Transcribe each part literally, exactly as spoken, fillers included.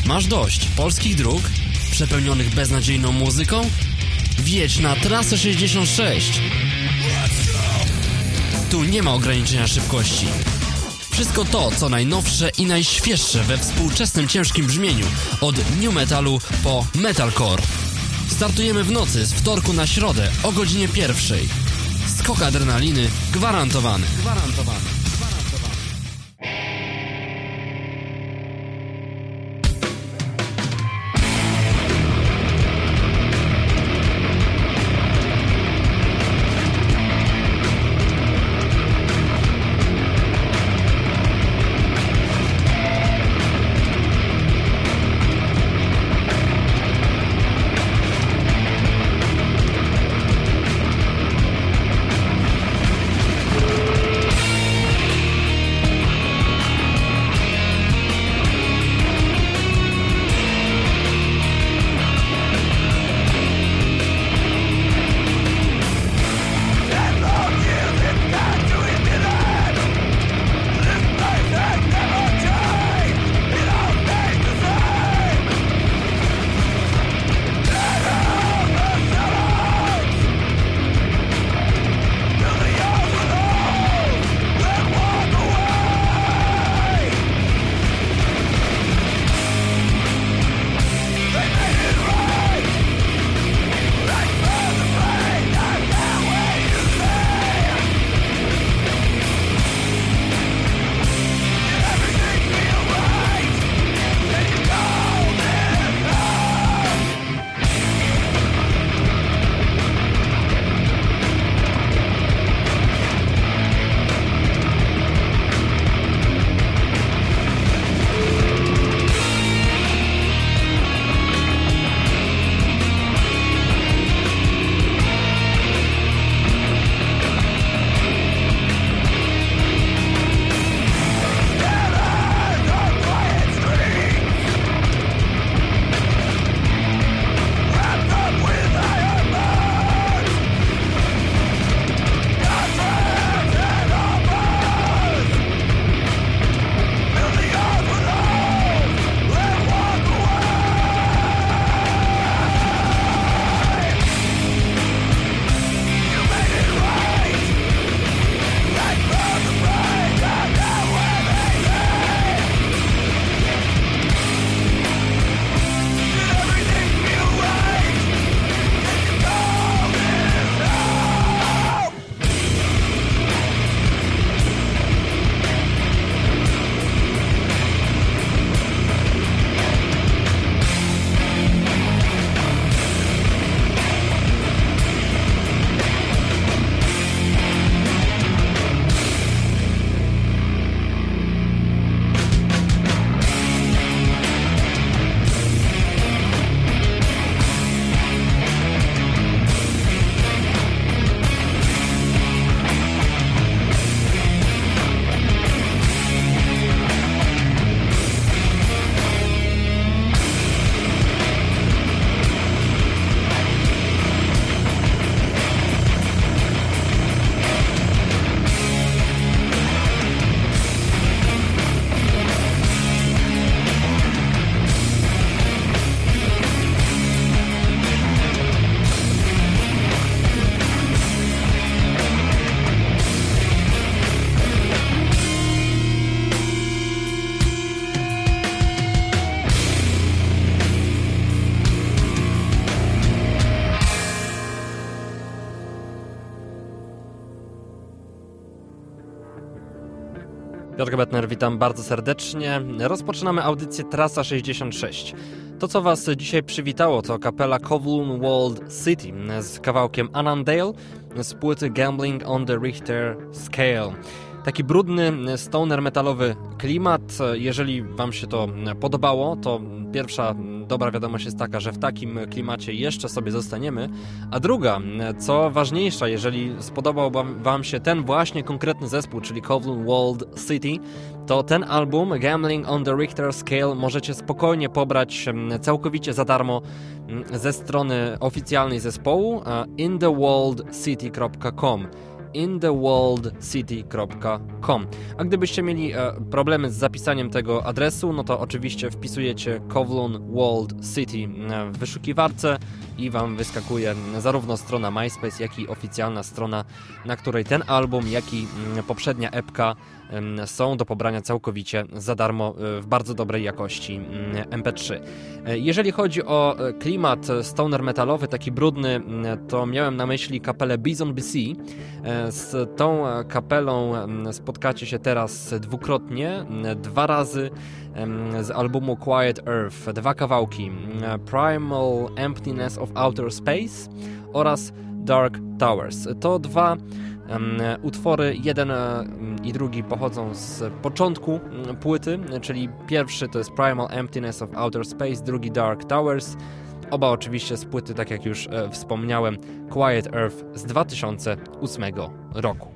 Masz dość polskich dróg przepełnionych beznadziejną muzyką? Wjedź na trasę sześćdziesiąt sześć. Tu nie ma ograniczenia szybkości. Wszystko to, co najnowsze i najświeższe we współczesnym ciężkim brzmieniu, od new metalu po metalcore. Startujemy w nocy z wtorku na środę o godzinie pierwszej. Skok adrenaliny gwarantowany. Gwarantowany. Piotr Gebetner, witam bardzo serdecznie. Rozpoczynamy audycję Trasa sześćdziesiąt sześć. To, co Was dzisiaj przywitało, to kapela Kowloon Walled City z kawałkiem Annandale z płyty Gambling on the Richter Scale. Taki brudny, stoner metalowy klimat. Jeżeli Wam się to podobało, to pierwsza dobra wiadomość jest taka, że w takim klimacie jeszcze sobie zostaniemy. A druga, co ważniejsza, jeżeli spodobał Wam się ten właśnie konkretny zespół, czyli Kowloon Walled City, to ten album Gambling on the Richter Scale możecie spokojnie pobrać całkowicie za darmo ze strony oficjalnej zespołu in the walled city kropka com. in the world city kropka com. A gdybyście mieli e, problemy z zapisaniem tego adresu, no to oczywiście wpisujecie Kowloon World City w wyszukiwarce i wam wyskakuje zarówno strona MySpace, jak i oficjalna strona, na której ten album, jak i poprzednia epka są do pobrania całkowicie za darmo w bardzo dobrej jakości em pe trzy. Jeżeli chodzi o klimat stoner metalowy, taki brudny, to miałem na myśli kapelę Bison B C. Z tą kapelą spotkacie się teraz dwukrotnie, dwa razy z albumu Quiet Earth, dwa kawałki: Primal Emptiness of Outer Space oraz Dark Towers. To dwa um, utwory, jeden um, i drugi pochodzą z początku um, płyty, czyli pierwszy to jest Primal Emptiness of Outer Space, drugi Dark Towers. Oba oczywiście z płyty, tak jak już e, wspomniałem, Quiet Earth z dwa tysiące ósmego roku.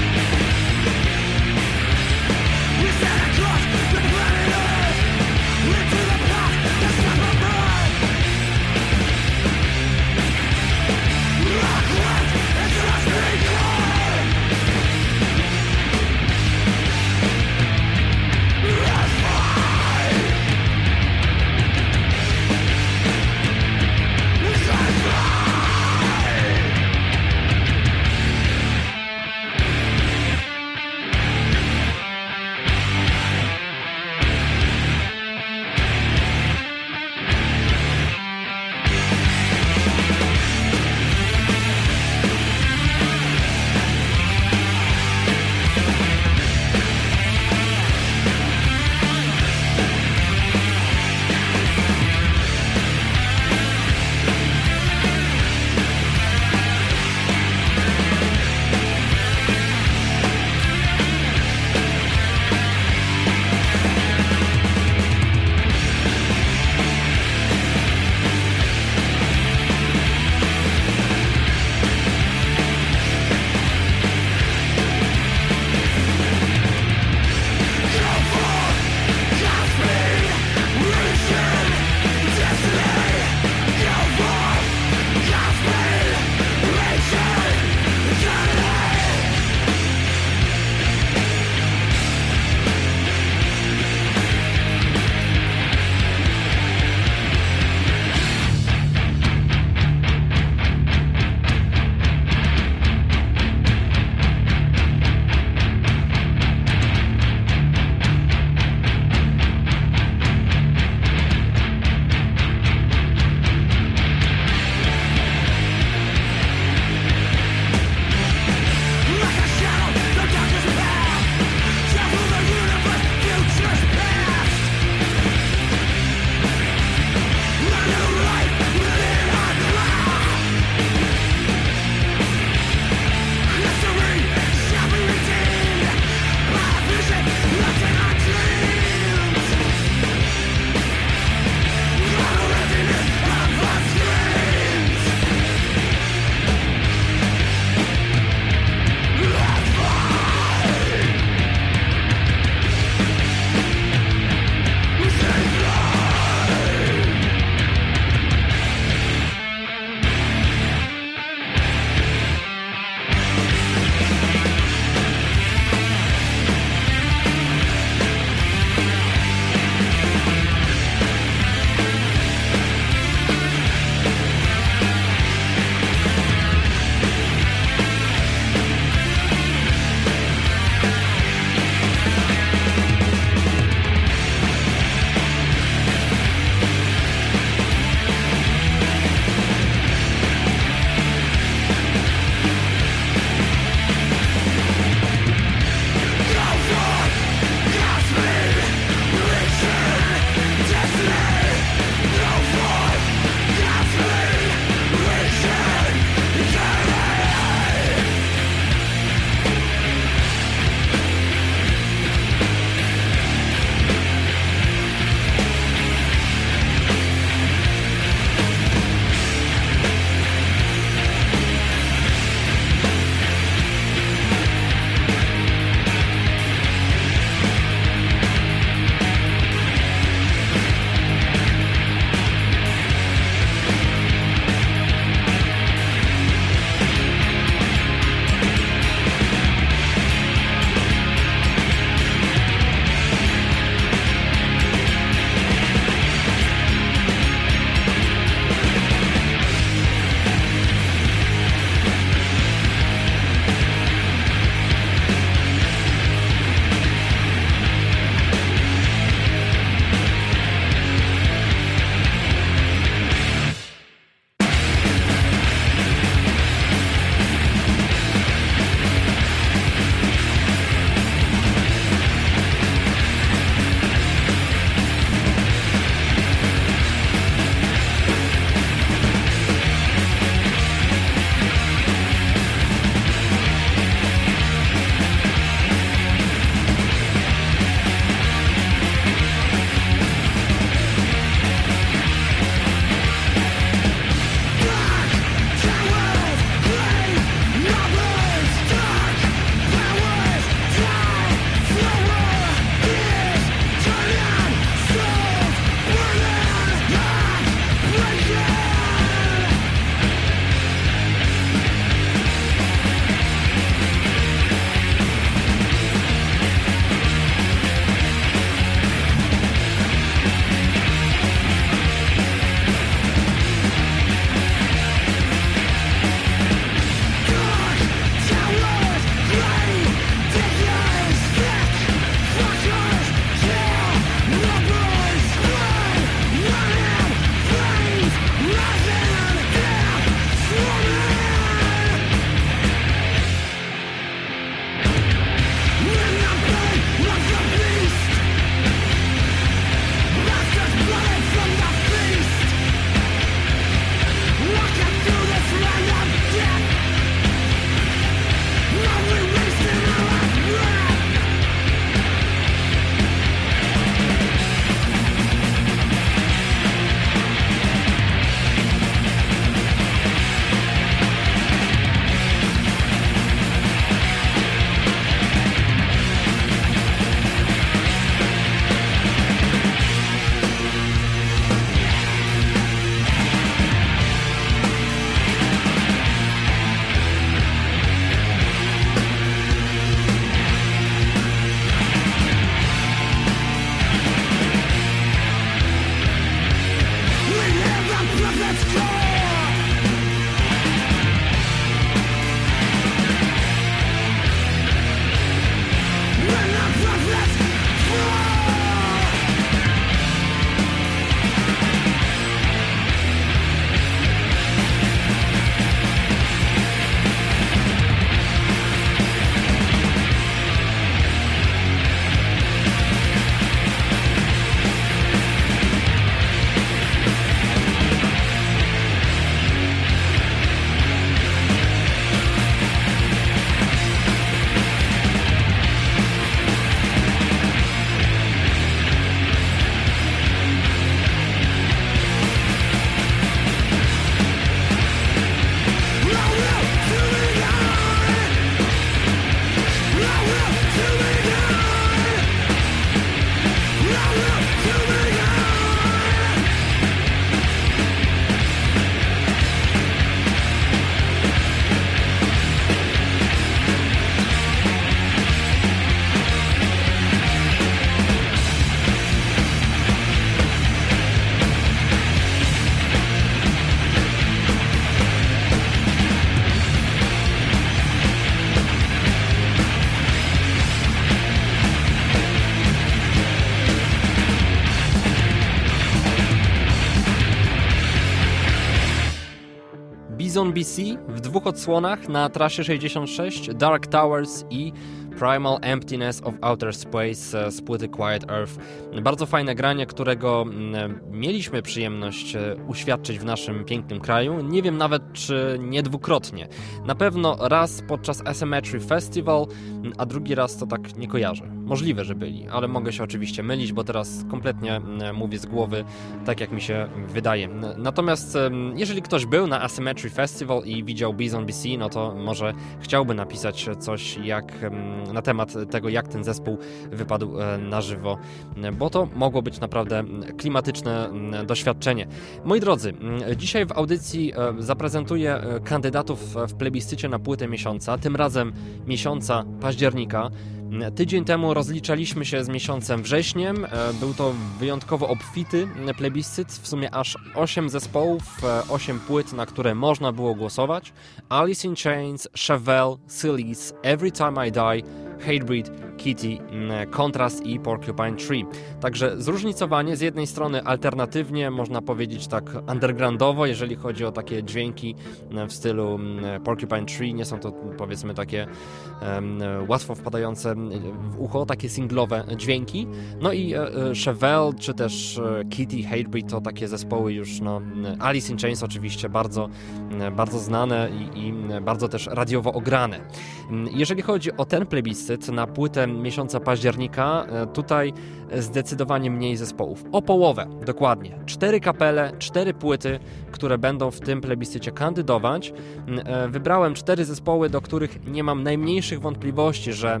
Bison B C w dwóch odsłonach na trasie sześćdziesiąt sześć, Dark Towers i Primal Emptiness of Outer Space z płyty Quiet Earth. Bardzo fajne granie, którego mieliśmy przyjemność uświadczyć w naszym pięknym kraju. Nie wiem nawet, czy nie dwukrotnie. Na pewno raz podczas Asymmetry Festival, a drugi raz to tak nie kojarzę. Możliwe, że byli, ale mogę się oczywiście mylić, bo teraz kompletnie mówię z głowy, tak jak mi się wydaje. Natomiast jeżeli ktoś był na Asymmetry Festival i widział Bison B C, no to może chciałby napisać coś jak na temat tego, jak ten zespół wypadł na żywo, bo to mogło być naprawdę klimatyczne doświadczenie. Moi drodzy, dzisiaj w audycji zaprezentuję kandydatów w plebiscycie na płytę miesiąca, tym razem miesiąca października. Tydzień temu rozliczaliśmy się z miesiącem wrześniem. Był to wyjątkowo obfity plebiscyt, w sumie aż osiem zespołów, osiem płyt, na które można było głosować. Alice in Chains, Chevelle, Sillies, Every Time I Die, Hatebreed, Kitty, Contrast i Porcupine Tree. Także zróżnicowanie, z jednej strony alternatywnie, można powiedzieć tak undergroundowo, jeżeli chodzi o takie dźwięki w stylu Porcupine Tree, nie są to powiedzmy takie um, łatwo wpadające w ucho, takie singlowe dźwięki. No i e, Chevelle, czy też Kitty, Hatebreed to takie zespoły już, no, Alice in Chains oczywiście bardzo, bardzo znane i, i bardzo też radiowo ograne. Jeżeli chodzi o ten plebiscyt na płytę miesiąca października, tutaj zdecydowanie mniej zespołów. O połowę, dokładnie. Cztery kapele, cztery płyty, które będą w tym plebiscycie kandydować. Wybrałem cztery zespoły, do których nie mam najmniejszych wątpliwości, że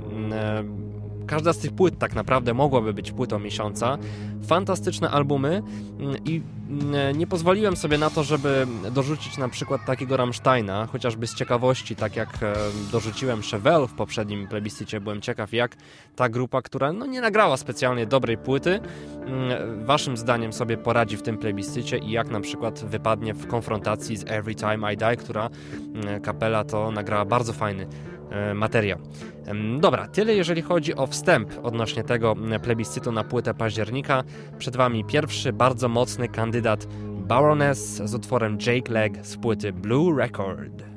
każda z tych płyt tak naprawdę mogłaby być płytą miesiąca. Fantastyczne albumy i nie pozwoliłem sobie na to, żeby dorzucić na przykład takiego Rammsteina, chociażby z ciekawości, tak jak dorzuciłem Chevelle w poprzednim plebiscycie. Byłem ciekaw, jak ta grupa, która no nie nagrała specjalnie dobrej płyty, waszym zdaniem sobie poradzi w tym plebiscycie i jak na przykład wypadnie w konfrontacji z Every Time I Die, która kapela to nagrała bardzo fajny materiał. Dobra, tyle jeżeli chodzi o wstęp odnośnie tego plebiscytu na płytę października. Przed wami pierwszy bardzo mocny kandydat Baroness z utworem Jake Leg z płyty Blue Record.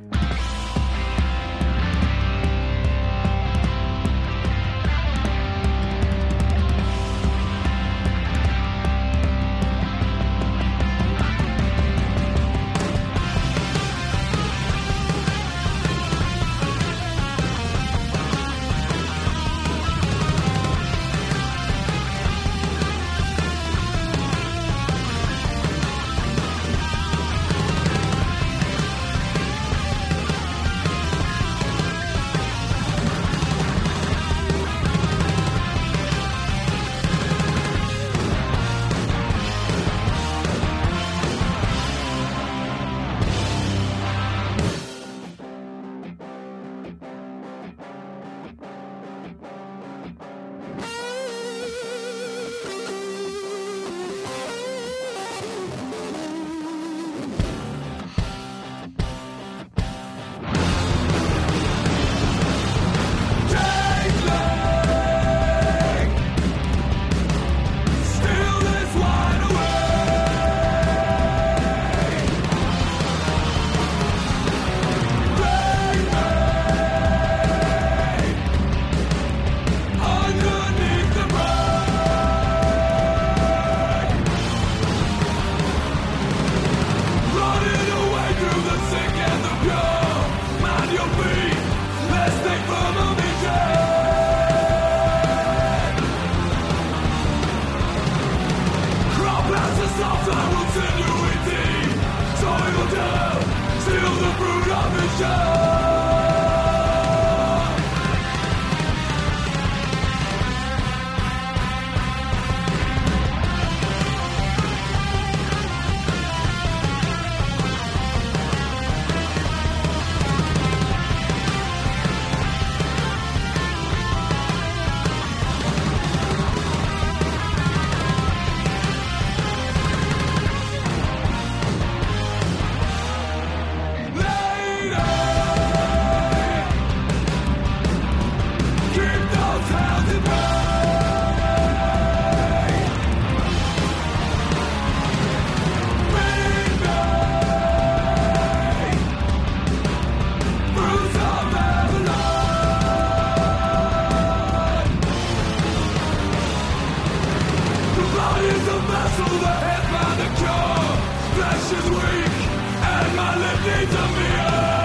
wrestle the head by the cure. Flesh is weak and my lip needs a meal.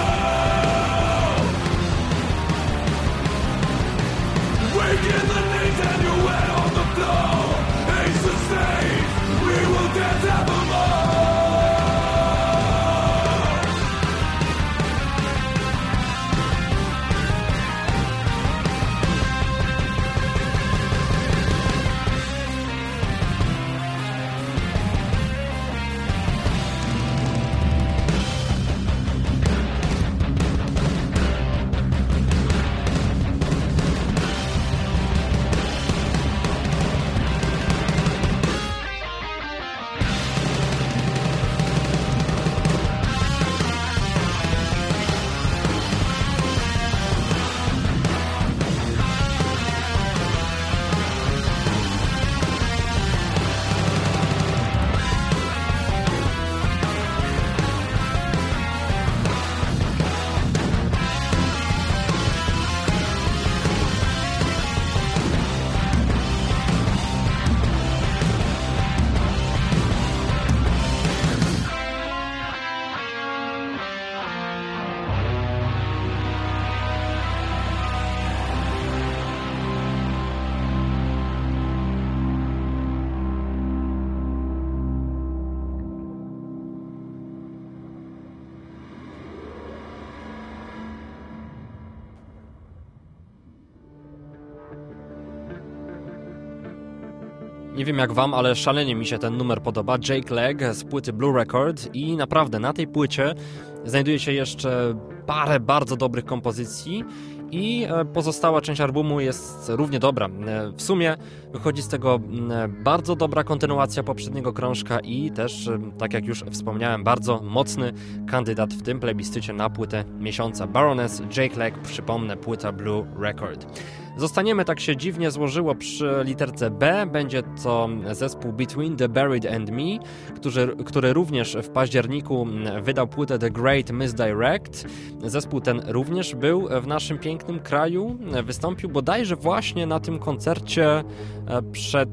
Weak in the knees and you're wet on the floor. Ace the stage, we will dance evermore. Nie wiem jak wam, ale szalenie mi się ten numer podoba. Jake Leg z płyty Blue Record i naprawdę na tej płycie znajduje się jeszcze parę bardzo dobrych kompozycji i pozostała część albumu jest równie dobra. W sumie wychodzi z tego bardzo dobra kontynuacja poprzedniego krążka i też, tak jak już wspomniałem, bardzo mocny kandydat w tym plebiscycie na płytę miesiąca. Baroness, Jake Leg, przypomnę, płyta Blue Record. Zostaniemy, tak się dziwnie złożyło, przy literce B. Będzie to zespół Between the Buried and Me, który, który również w październiku wydał płytę The Great Misdirect. Zespół ten również był w naszym pięknym kraju. Wystąpił bodajże właśnie na tym koncercie przed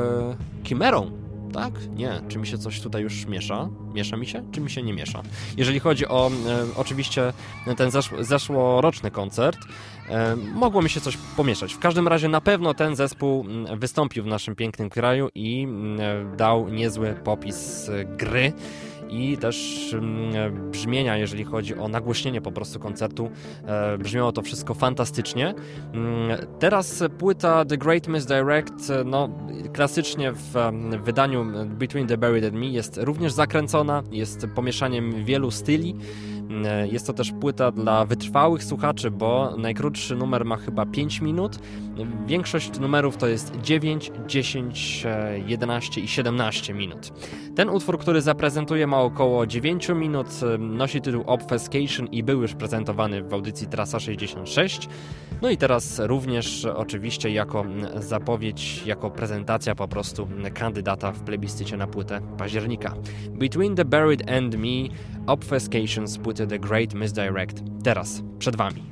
Chimerą. Tak? Nie. Czy mi się coś tutaj już miesza? Miesza mi się? Czy mi się nie miesza? Jeżeli chodzi o e, oczywiście ten zesz- zeszłoroczny koncert, e, mogło mi się coś pomieszać. W każdym razie na pewno ten zespół wystąpił w naszym pięknym kraju i e, dał niezły popis gry i też mm, brzmienia, jeżeli chodzi o nagłośnienie po prostu koncertu. E, brzmiało to wszystko fantastycznie. Mm, teraz płyta The Great Misdirect, no klasycznie w, w wydaniu Between the Buried and Me jest również zakręcona, jest pomieszaniem wielu styli. Jest to też płyta dla wytrwałych słuchaczy, bo najkrótszy numer ma chyba pięć minut. Większość numerów to jest dziewięć, dziesięć, jedenaście i siedemnaście minut. Ten utwór, który zaprezentuję, ma około dziewięć minut, nosi tytuł Obfuscation i był już prezentowany w audycji Trasa sześćdziesiąt sześć. No i teraz również oczywiście jako zapowiedź, jako prezentacja po prostu kandydata w plebiscycie na płytę października. Between the Buried and Me, Obfuscation z płyty The Great Misdirect. Teraz przed wami.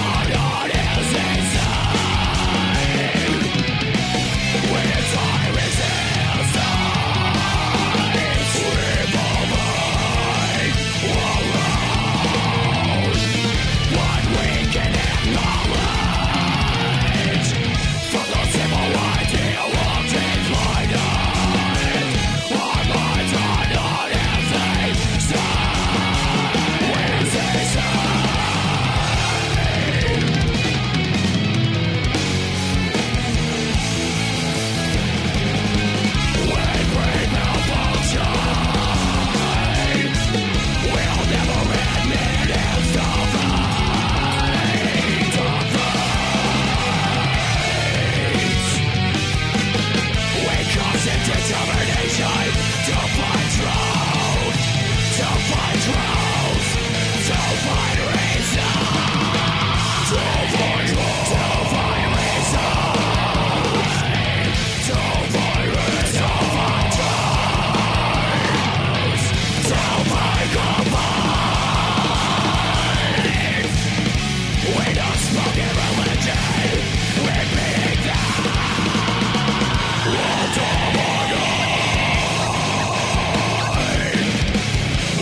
Iris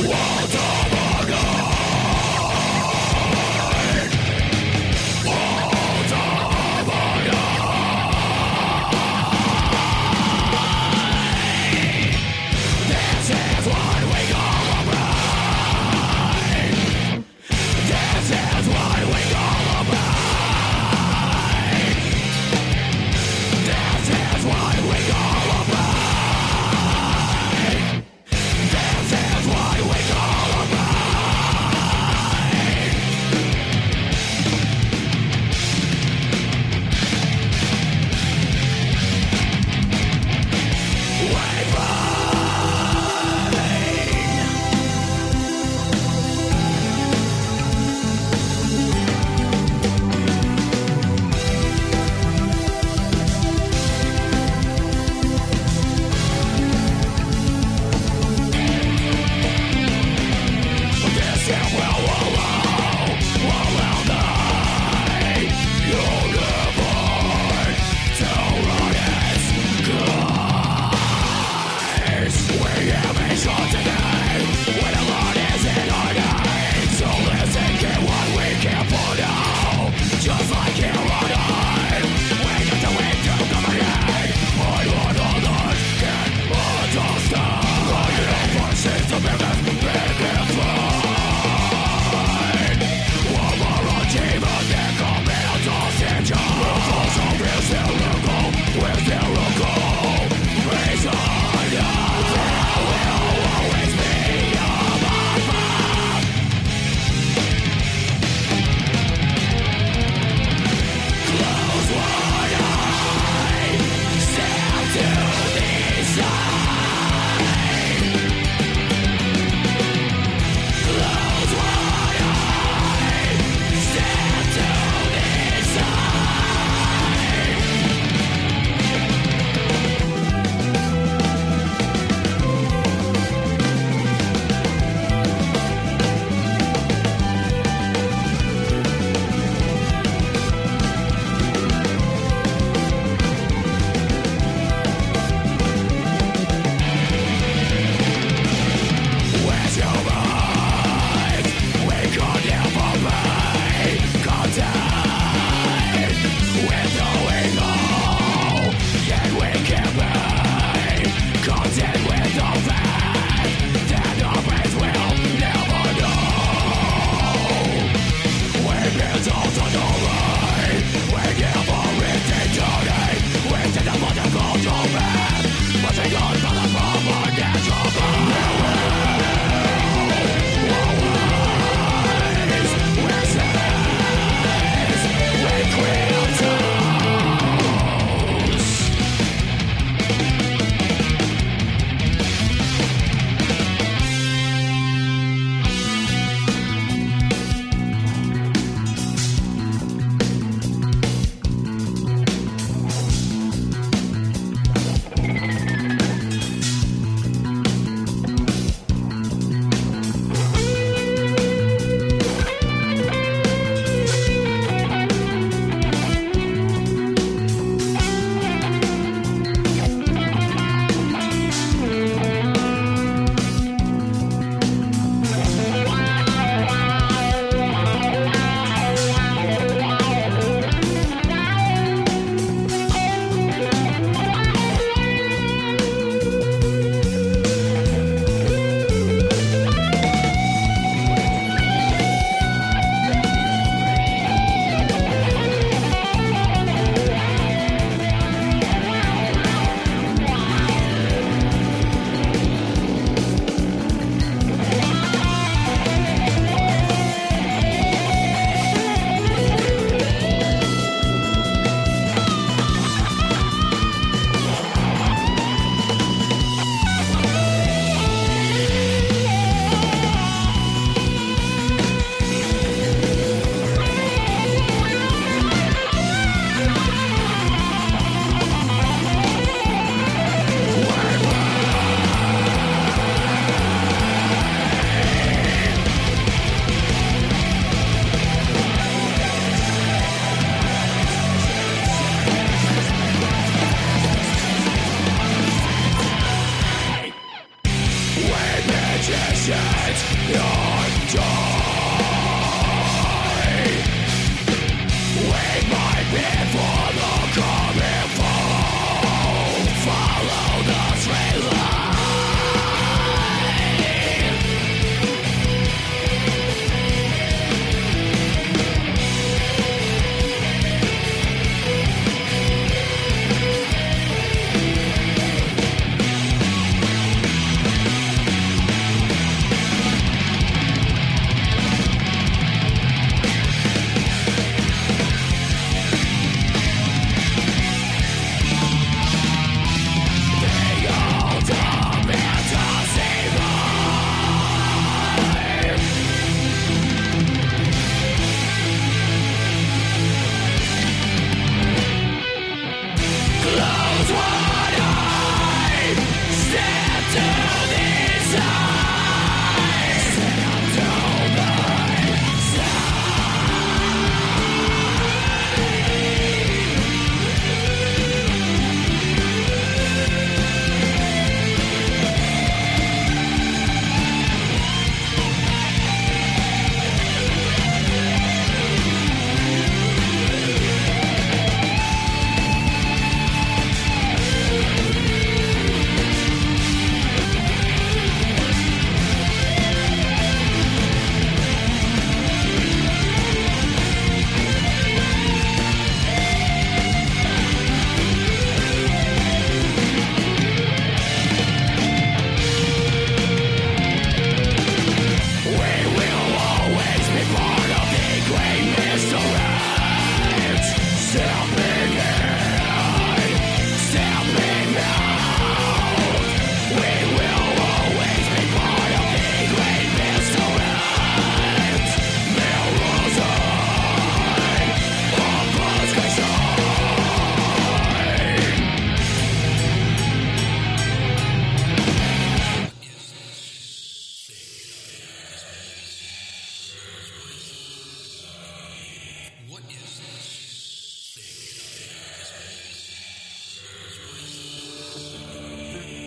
This is what we call a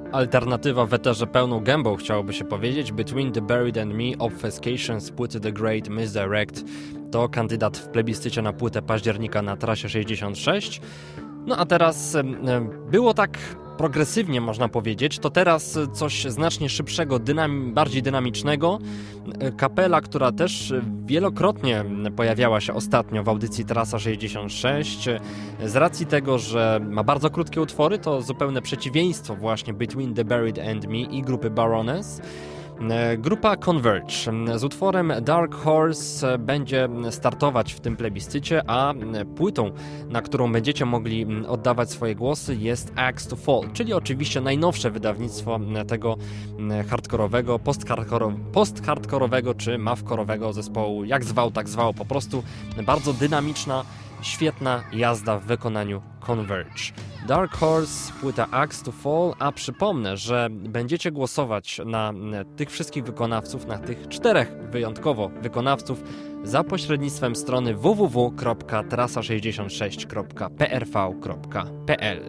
Alternatywa w eterze pełną gębą, chciałoby się powiedzieć. Between the Buried and Me, Obfuscation z płyty The Great Misdirect to kandydat w plebiscycie na płytę października na trasie sześćdziesiąt sześć. No a teraz było tak progresywnie, można powiedzieć, to teraz coś znacznie szybszego, dynam- bardziej dynamicznego. Kapela, która też wielokrotnie pojawiała się ostatnio w audycji Trasa sześćdziesiąt sześć. Z racji tego, że ma bardzo krótkie utwory, to zupełne przeciwieństwo właśnie Between the Buried and Me i grupy Baroness. Grupa Converge z utworem Dark Horse będzie startować w tym plebiscycie, a płytą, na którą będziecie mogli oddawać swoje głosy, jest Axe to Fall, czyli oczywiście najnowsze wydawnictwo tego hardkorowego, post-hardkorowego czy mavkorowego zespołu, jak zwał, tak zwał, po prostu bardzo dynamiczna, świetna jazda w wykonaniu Converge. Dark Horse, płyta Axe to Fall, a przypomnę, że będziecie głosować na tych wszystkich wykonawców, na tych czterech wyjątkowo wykonawców za pośrednictwem strony w w w kropka trasa sześćdziesiąt sześć kropka p r v kropka p l.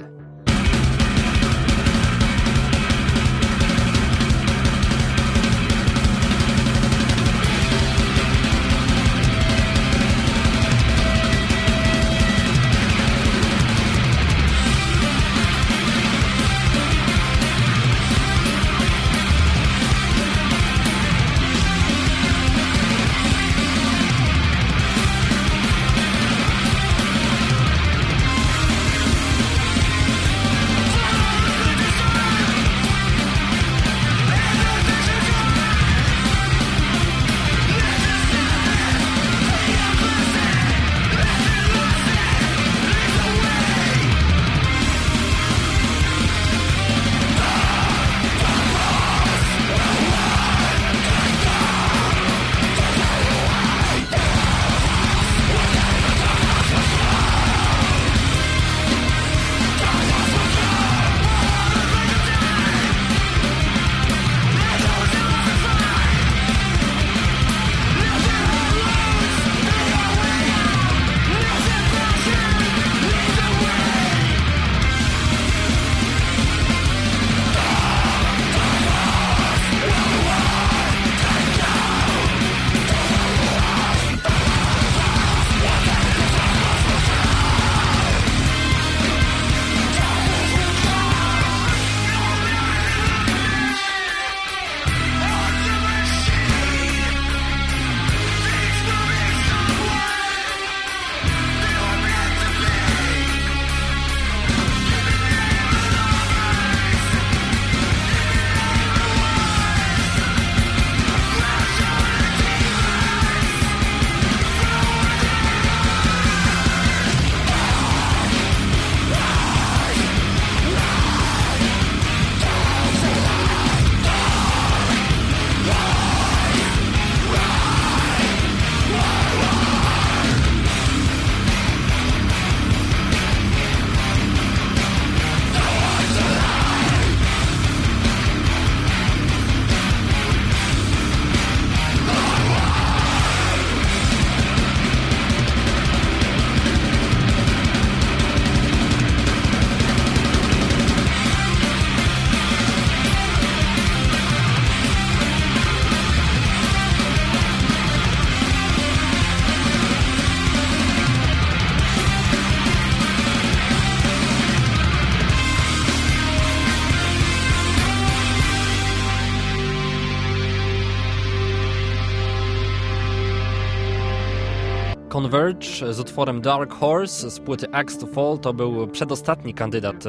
Converge z utworem Dark Horse z płyty Axe to Fall to był przedostatni kandydat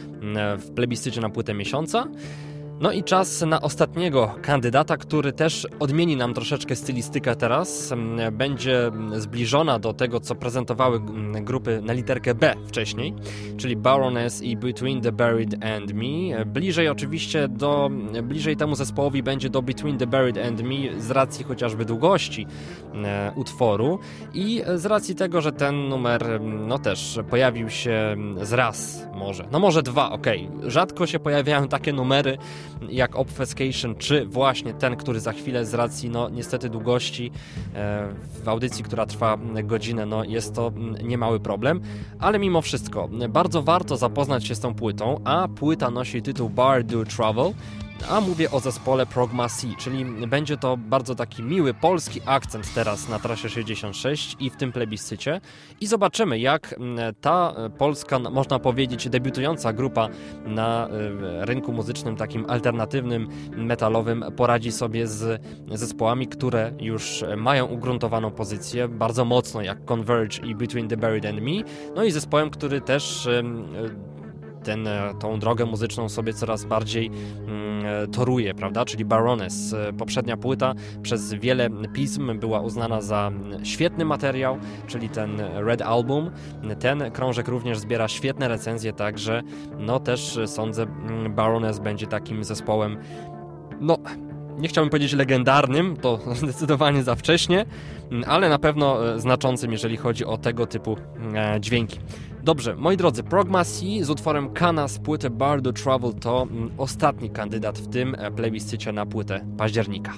w plebiscycie na płytę miesiąca. No i czas na ostatniego kandydata, który też odmieni nam troszeczkę stylistykę teraz. Będzie zbliżona do tego, co prezentowały grupy na literkę B wcześniej, czyli Baroness i Between the Buried and Me. Bliżej oczywiście do, bliżej temu zespołowi będzie do Between the Buried and Me z racji chociażby długości e, utworu i z racji tego, że ten numer no też pojawił się z raz może, no może dwa, okej. Okay. Rzadko się pojawiają takie numery, jak Obfuscation, czy właśnie ten, który za chwilę z racji no niestety długości w audycji, która trwa godzinę, no jest to niemały problem, ale mimo wszystko bardzo warto zapoznać się z tą płytą, a płyta nosi tytuł Bar Do Travel, a mówię o zespole Progma C, czyli będzie to bardzo taki miły polski akcent teraz na trasie sześćdziesiąt sześć i w tym plebiscycie i zobaczymy, jak ta polska, można powiedzieć, debiutująca grupa na rynku muzycznym takim alternatywnym, metalowym poradzi sobie z zespołami, które już mają ugruntowaną pozycję bardzo mocno, jak Converge i Between the Buried and Me, no i zespołem, który też ten, tą drogę muzyczną sobie coraz bardziej mm, toruje, prawda? Czyli Baroness. Poprzednia płyta przez wiele pism była uznana za świetny materiał, czyli ten Red Album. Ten krążek również zbiera świetne recenzje, także no też sądzę, Baroness będzie takim zespołem, no nie chciałbym powiedzieć legendarnym, to zdecydowanie za wcześnie, ale na pewno znaczącym, jeżeli chodzi o tego typu dźwięki. Dobrze, moi drodzy, Progma C z utworem Kana z płyty Bar Do Travel to ostatni kandydat w tym plebiscycie na płytę października.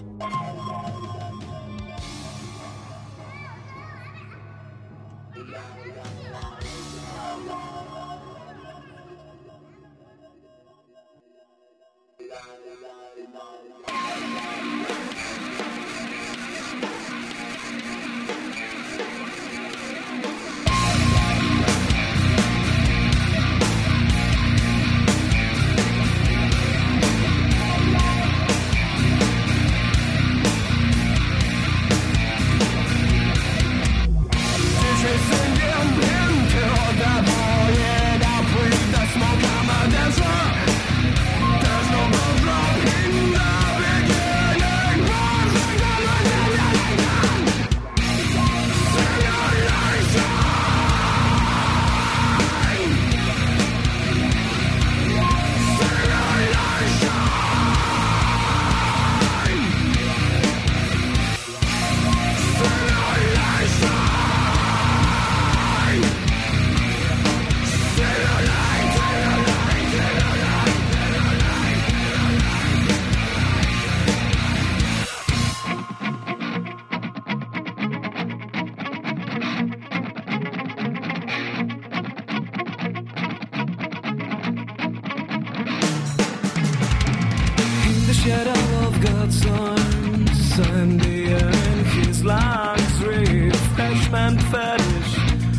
shadow of God's arms, and the air in his lungs, refreshment fetish,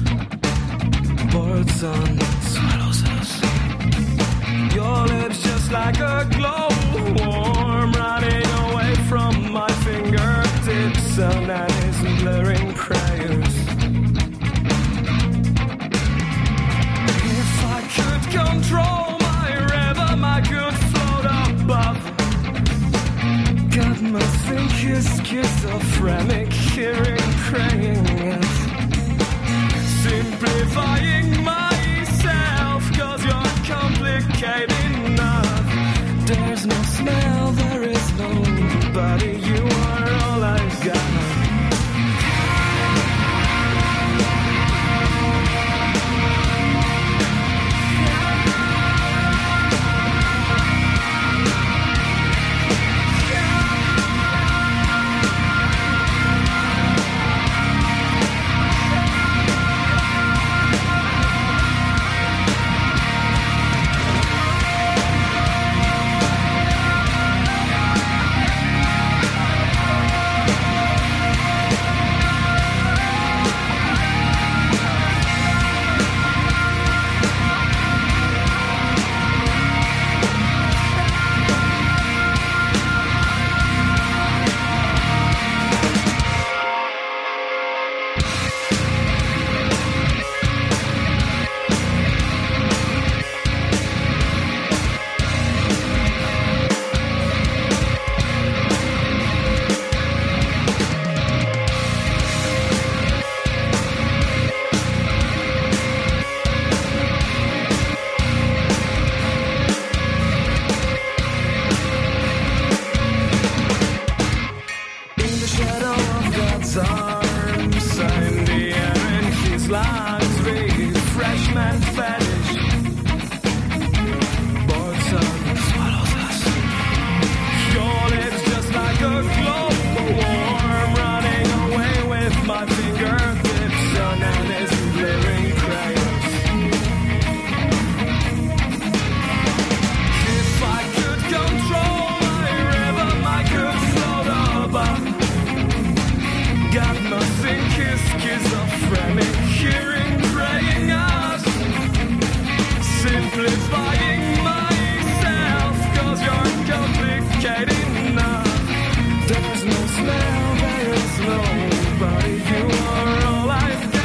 birds on swallows us. Your lips just like a glow worm running away from my fingertips, and that is blurring prayers. If I could control my rhythm, I could float above. God must think he's schizophrenic, hearing, praying, simplifying myself, cause you're complicated enough. There's no smell, there is no body, you are all I've got. very, very slow, but you are all I've got.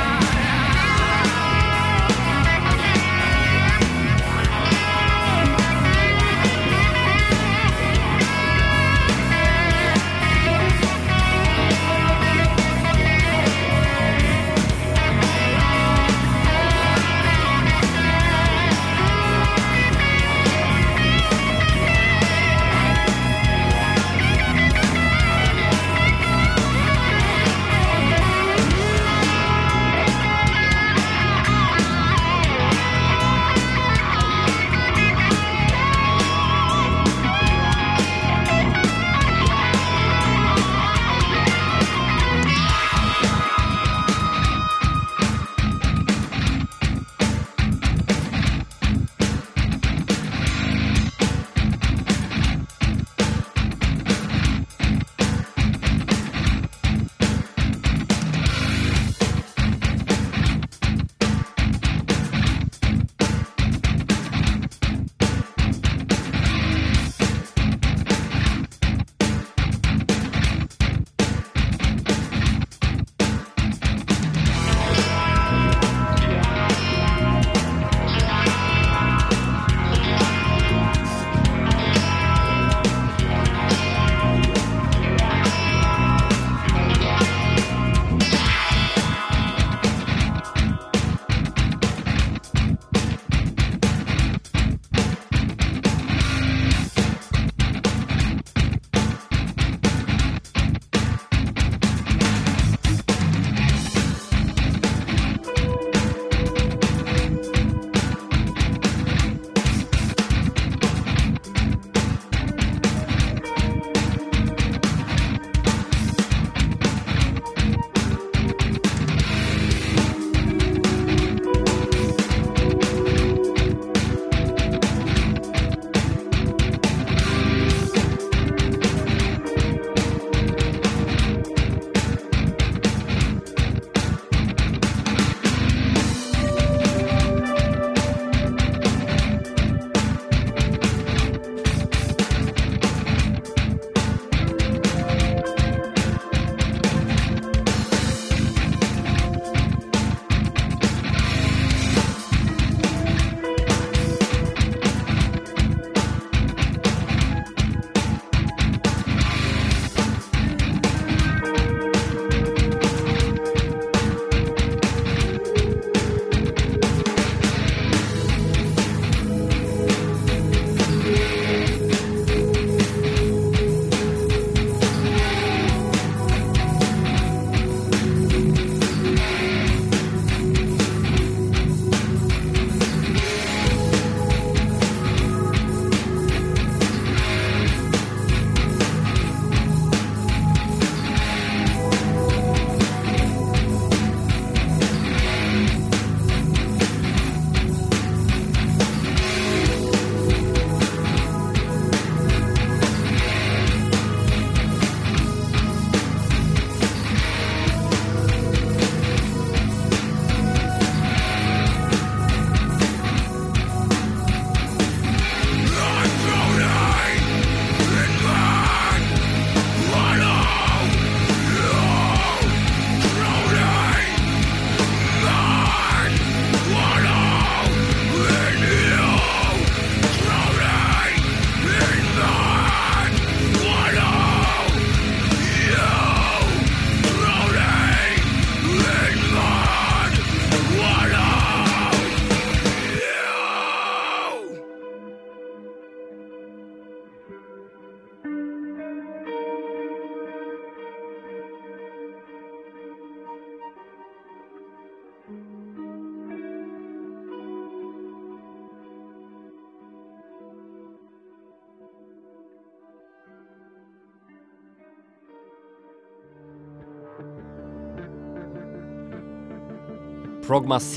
Progma C,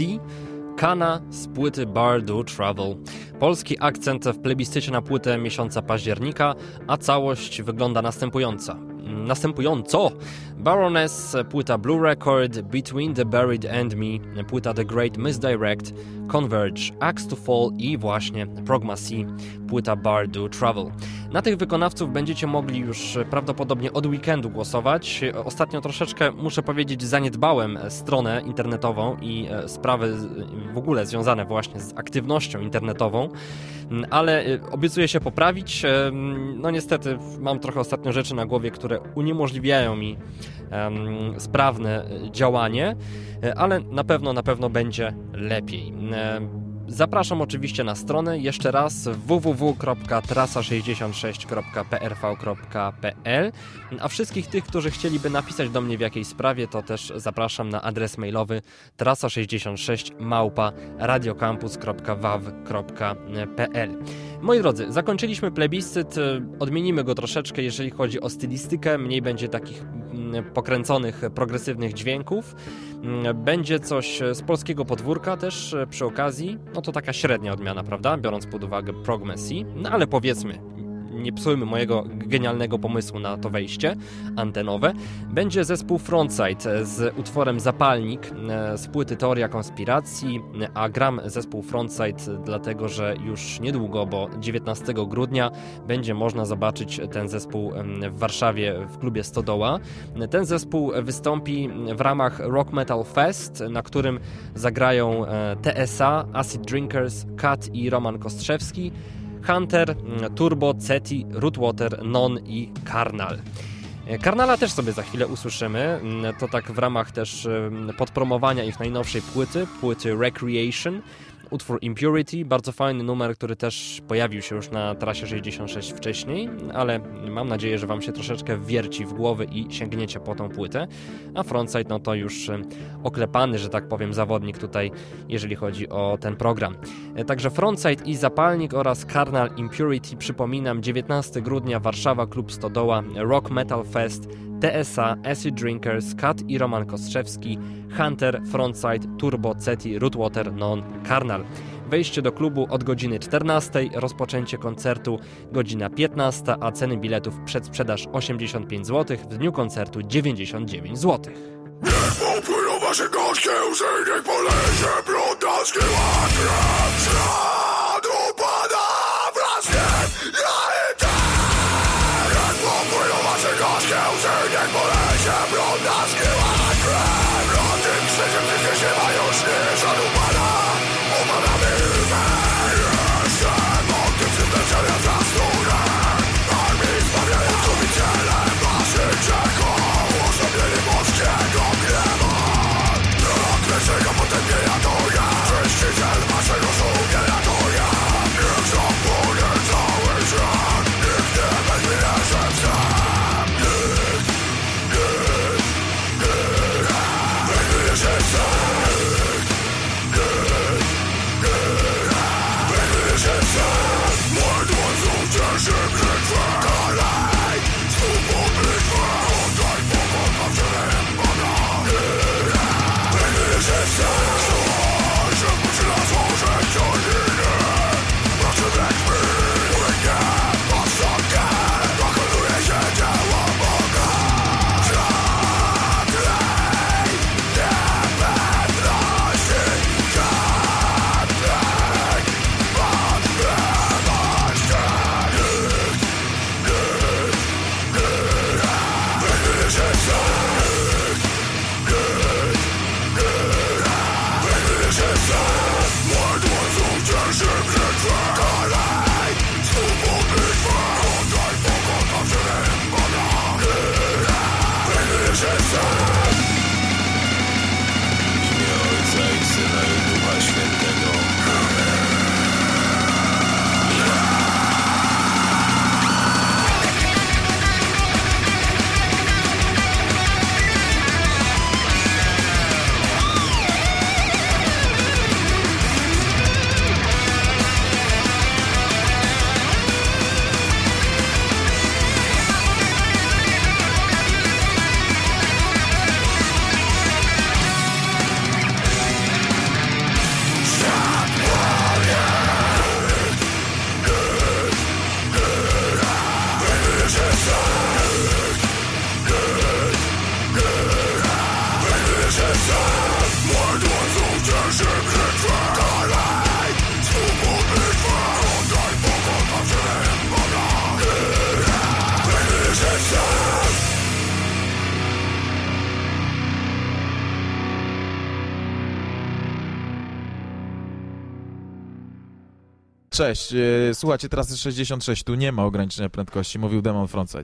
Kana z płyty Bar Do Travel. Polski akcent w plebiscycie na płytę miesiąca października, a całość wygląda następująco. Następująco! Baroness, płyta Blue Record, Between the Buried and Me, płyta The Great Misdirect, Converge, Axe to Fall i właśnie Progma C, płyta Bar Do Travel. Na tych wykonawców będziecie mogli już prawdopodobnie od weekendu głosować. Ostatnio troszeczkę, muszę powiedzieć, zaniedbałem stronę internetową i sprawy w ogóle związane właśnie z aktywnością internetową, ale obiecuję się poprawić. No niestety mam trochę ostatnio rzeczy na głowie, które uniemożliwiają mi um, sprawne działanie, ale na pewno, na pewno będzie lepiej. Zapraszam oczywiście na stronę jeszcze raz w w w kropka trasa sześćdziesiąt sześć kropka p r v kropka p l, a wszystkich tych, którzy chcieliby napisać do mnie w jakiejś sprawie, to też zapraszam na adres mailowy trasa sześćdziesiąt sześć małpa radiocampus kropka waw kropka p l. Moi drodzy, zakończyliśmy plebiscyt, odmienimy go troszeczkę, jeżeli chodzi o stylistykę, mniej będzie takich pokręconych, progresywnych dźwięków. Będzie coś z polskiego podwórka też przy okazji, no to taka średnia odmiana, prawda, biorąc pod uwagę prog messi, no ale powiedzmy, nie psujmy mojego genialnego pomysłu na to wejście antenowe. Będzie zespół Frontside z utworem Zapalnik z płyty Teoria Konspiracji, a gram zespół Frontside dlatego, że już niedługo, bo dziewiętnastego grudnia będzie można zobaczyć ten zespół w Warszawie w klubie Stodoła. Ten zespół wystąpi w ramach Rock Metal Fest, na którym zagrają T S A, Acid Drinkers, Kat i Roman Kostrzewski, Hunter, Turbo, Ceti, Rootwater, Non i Karnal. Karnala też sobie za chwilę usłyszymy, to tak w ramach też podpromowania ich najnowszej płyty, płyty Recreation, utwór Impurity, bardzo fajny numer, który też pojawił się już na trasie sześćdziesiąt sześć wcześniej, ale mam nadzieję, że wam się troszeczkę wierci w głowy i sięgniecie po tą płytę, a Frontside no to już oklepany, że tak powiem, zawodnik tutaj, jeżeli chodzi o ten program. Także Frontside i Zapalnik oraz Karnal Impurity, przypominam, dziewiętnastego grudnia Warszawa, klub Stodoła, Rock Metal Fest, T S A, Acid Drinkers, Kat i Roman Kostrzewski, Hunter, Frontside, Turbo, Ceti, Rootwater, Non, Karnal. Wejście do klubu od godziny czternastej, rozpoczęcie koncertu godzina piętnasta, a ceny biletów przedsprzedaż osiemdziesiąt pięć złotych, w dniu koncertu dziewięćdziesiąt dziewięć złotych. Niech popłyną wasze gorzkie łzy, niech polezie brud na skryłach krew. Ślad upada wraz z nim, ja i ty. Niech popłyną wasze gorzkie łzy, niech polezie brud na skryłach krew. Na tym krzyżem wszystkie się ma już nie, ślad upada, upadamy my. Jestem ogniem przywleczenia za strunę armii, zbawiając zgubicielem waszych grzechów, osłabieni boskiego gniewu. Rok lecego potępienia to ja, czyściciel waszego sumienia to ja. Niech zapłonie cały świat, nikt nie weźmie że wstęp. Nikt, nikt, nikt, weźmie że wstęp. Nikt, nikt. Cześć, yy, słuchajcie, trasy sześćdziesiąt sześć, tu nie ma ograniczenia prędkości, mówił Demon Frontside.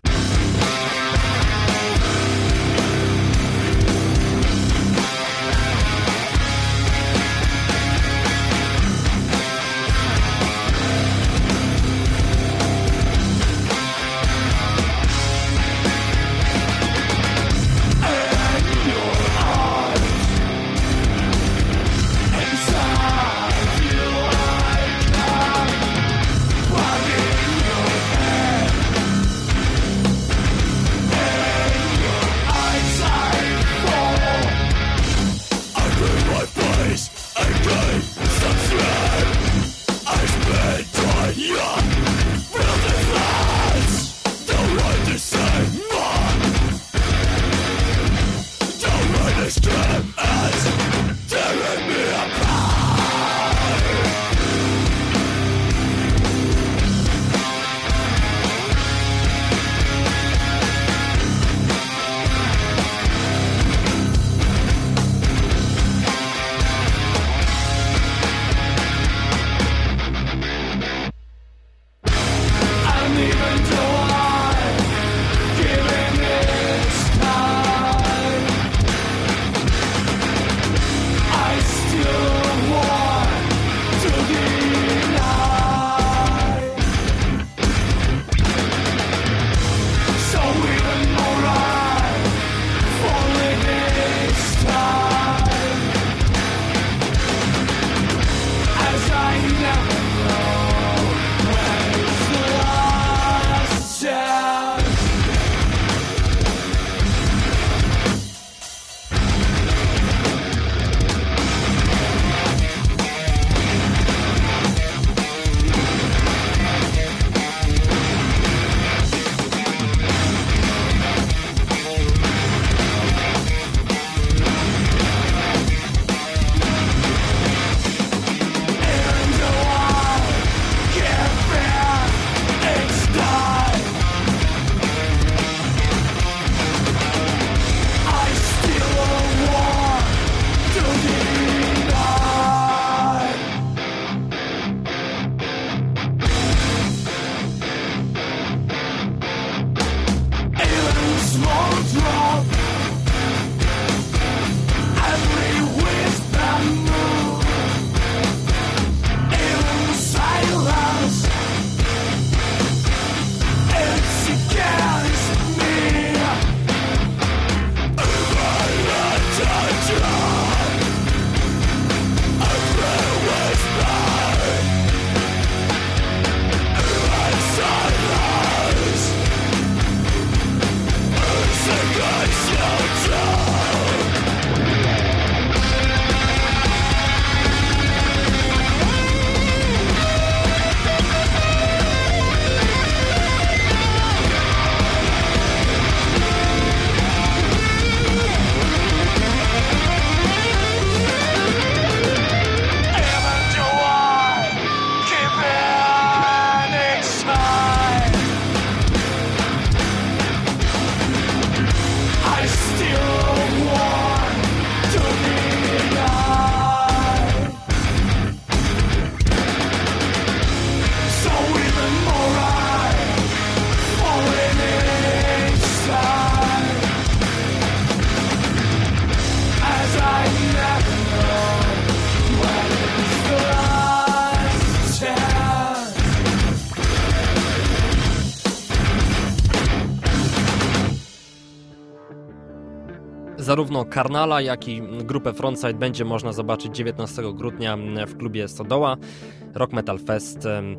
Zarówno Karnala, jak i grupę Frontside będzie można zobaczyć dziewiętnastego grudnia w klubie Stodoła, Rock Metal Fest.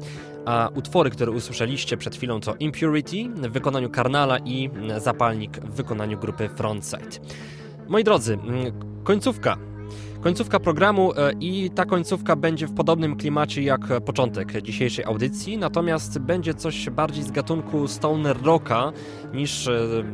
A utwory, które usłyszeliście przed chwilą, to Impurity w wykonaniu Karnala i Zapalnik w wykonaniu grupy Frontside. Moi drodzy, końcówka. Końcówka programu i ta końcówka będzie w podobnym klimacie jak początek dzisiejszej audycji, natomiast będzie coś bardziej z gatunku stoner rocka niż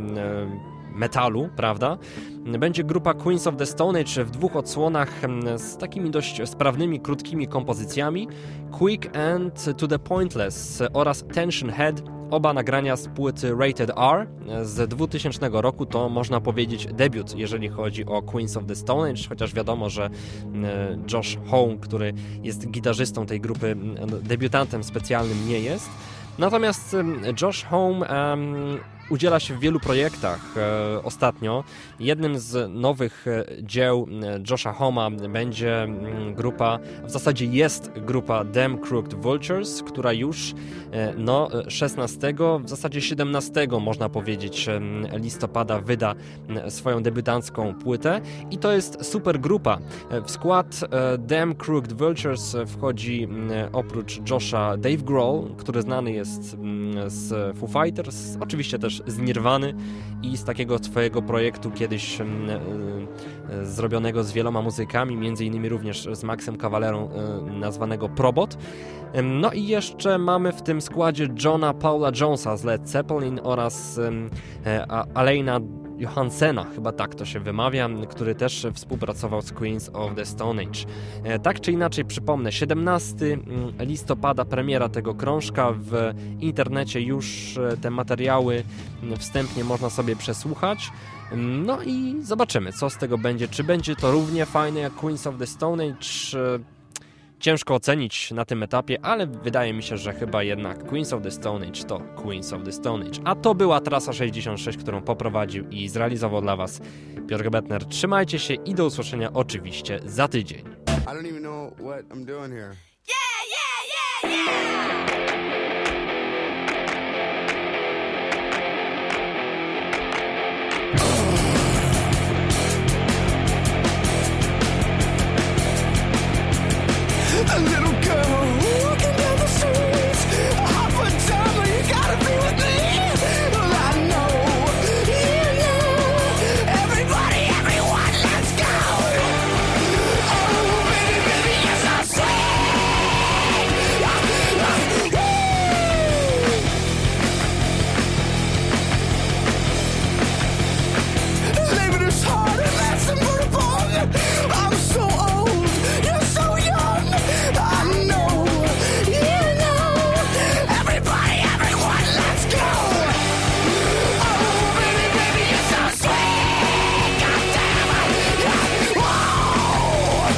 metalu, prawda? Będzie grupa Queens of the Stone Age w dwóch odsłonach z takimi dość sprawnymi, krótkimi kompozycjami: Quick and to the Pointless oraz Tension Head Oba nagrania z płyty Rated R z dwutysięcznego roku to można powiedzieć debiut, jeżeli chodzi o Queens of the Stone Age, chociaż wiadomo, że Josh Homme, który jest gitarzystą tej grupy, debiutantem specjalnym nie jest. Natomiast Josh Homme um, udziela się w wielu projektach e, ostatnio. Jednym z nowych e, dzieł Josha Homma będzie m, grupa, w zasadzie jest grupa Damn Crooked Vultures, która już e, no, szesnastego, w zasadzie siedemnastego można powiedzieć e, listopada wyda e, swoją debiutancką płytę i to jest super grupa. E, w skład e, Damn Crooked Vultures wchodzi e, oprócz Josha Dave Grohl, który znany jest m, z Foo Fighters, oczywiście też z Nirwany i z takiego swojego projektu kiedyś e, e, zrobionego z wieloma muzykami, między innymi również z Maxem Cavallerą e, nazwanego Probot. E, no i jeszcze mamy w tym składzie Johna Paula Jonesa z Led Zeppelin oraz e, Alena Johansena, chyba tak to się wymawia, który też współpracował z Queens of the Stone Age. E, tak czy inaczej przypomnę, siedemnastego listopada premiera tego krążka, w internecie już te materiały wstępnie można sobie przesłuchać. No i zobaczymy, co z tego będzie. Czy będzie to równie fajne jak Queens of the Stone Age? Ciężko ocenić na tym etapie, ale wydaje mi się, że chyba jednak Queens of the Stone Age to Queens of the Stone Age. A to była Trasa sześćdziesiąt sześć, którą poprowadził i zrealizował dla Was Piotr Gebetner. Trzymajcie się i do usłyszenia oczywiście za tydzień. I don't even know what I'm doing here. Yeah, yeah, yeah, yeah! A little girl walking down the street, hot pajama, you gotta be with me. Well, I know, you know, everybody, everyone, let's go. Oh, baby, baby, you're so sweet. Living is hard and that's the motor. I'm so old, you're so young. I know, you know, everybody, everyone, let's go. Oh, baby, baby, you're so sweet. God damn it, yeah. Whoa.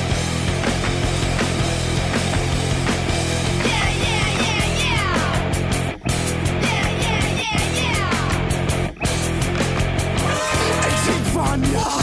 Yeah, yeah, yeah, yeah. Yeah, yeah, yeah, yeah. It's fun, yeah.